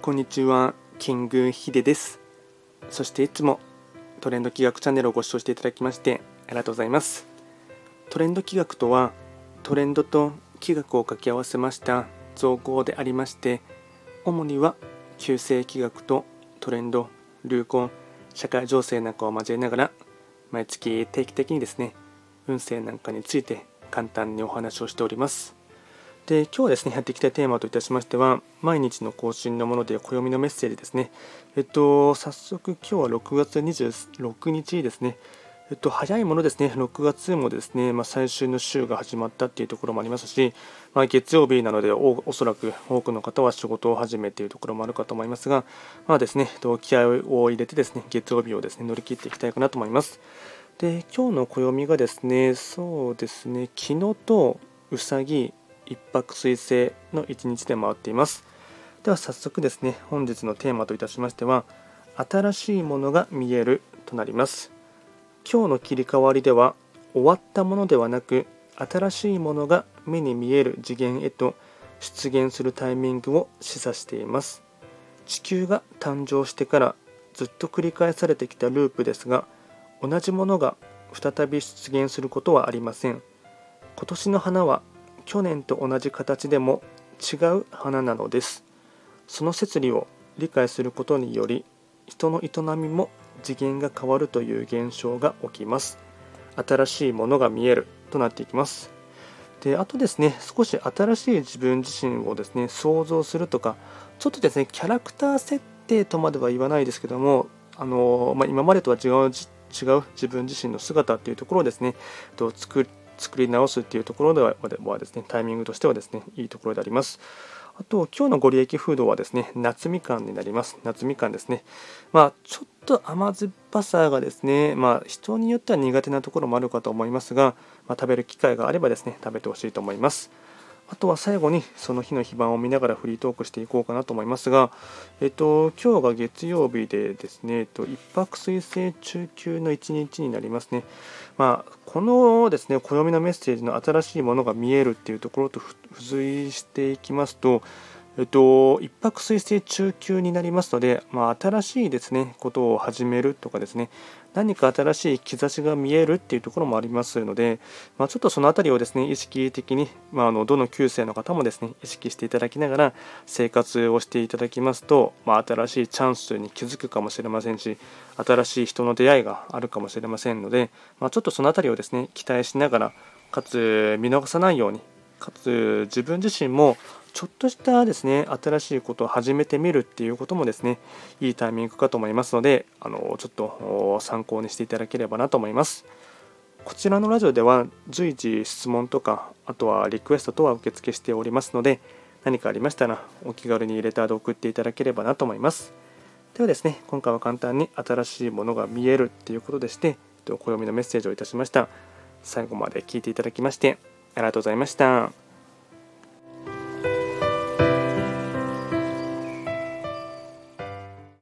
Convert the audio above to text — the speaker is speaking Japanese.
こんにちは、キングヒデです。そしていつもトレンド企画チャンネルをご視聴していただきましてありがとうございます。トレンド企画とは、トレンドと企画を掛け合わせました造語でありまして、主には旧世企画とトレンド、流行、社会情勢なんかを交えながら、毎月定期的にですね、運勢なんかについて簡単にお話をしております。で、今日はですね、やっていきたいテーマといたしましては、毎日の更新のもので暦のメッセージですね。早速今日は6月26日ですね。早いものですね、6月もですね、最終の週が始まったっていうところもありますし、月曜日なのでおそらく多くの方は仕事を始めているところもあるかと思いますが、ですね、気合を入れてですね、月曜日をですね、乗り切っていきたいかなと思います。で、今日の暦がですね、そうですね、昨日とうさぎ、一泊水星の一日で回っています。では早速ですね、本日のテーマといたしましては、新しいものが見えるとなります。今日の切り替わりでは、終わったものではなく、新しいものが目に見える次元へと出現するタイミングを示唆しています。地球が誕生してからずっと繰り返されてきたループですが、同じものが再び出現することはありません。今年の花は去年と同じ形でも違う花なのです。その摂理を理解することにより、人の営みも次元が変わるという現象が起きます。新しいものが見えるとなっていきます。で、あとですね、少し新しい自分自身をですね、想像するとか、ちょっとですね、キャラクター設定とまでは言わないですけども、今までとは違う自分自身の姿っていうところをですね、作り直すっていうところではですね、タイミングとしてはですね、いいところであります。あと、今日のご利益フードはですね、夏みかんになります。夏みかんですね。ちょっと甘酸っぱさがですね、人によっては苦手なところもあるかと思いますが、食べる機会があればですね、食べてほしいと思います。あとは最後にその日の非番を見ながらフリートークしていこうかなと思いますが、今日が月曜日でですね、一泊水星中級の一日になりますね。このですね、暦のメッセージの新しいものが見えるっていうところと付随していきますと、一泊水星中級になりますので、新しいですね、ことを始めるとかですね、何か新しい兆しが見えるっていうところもありますので、ちょっとそのあたりをですね、意識的に、どの旧世の方もですね、意識していただきながら生活をしていただきますと、新しいチャンスに気づくかもしれませんし、新しい人の出会いがあるかもしれませんので、ちょっとそのあたりをですね、期待しながら、かつ見逃さないように、かつ自分自身もちょっとしたですね、新しいことを始めてみるっていうこともですね、いいタイミングかと思いますので、ちょっと参考にしていただければなと思います。こちらのラジオでは随時質問とか、あとはリクエストとは受付しておりますので、何かありましたらお気軽にレターで送っていただければなと思います。ではですね、今回は簡単に新しいものが見えるっていうことでして、暦のメッセージをいたしました。最後まで聞いていただきましてありがとうございました。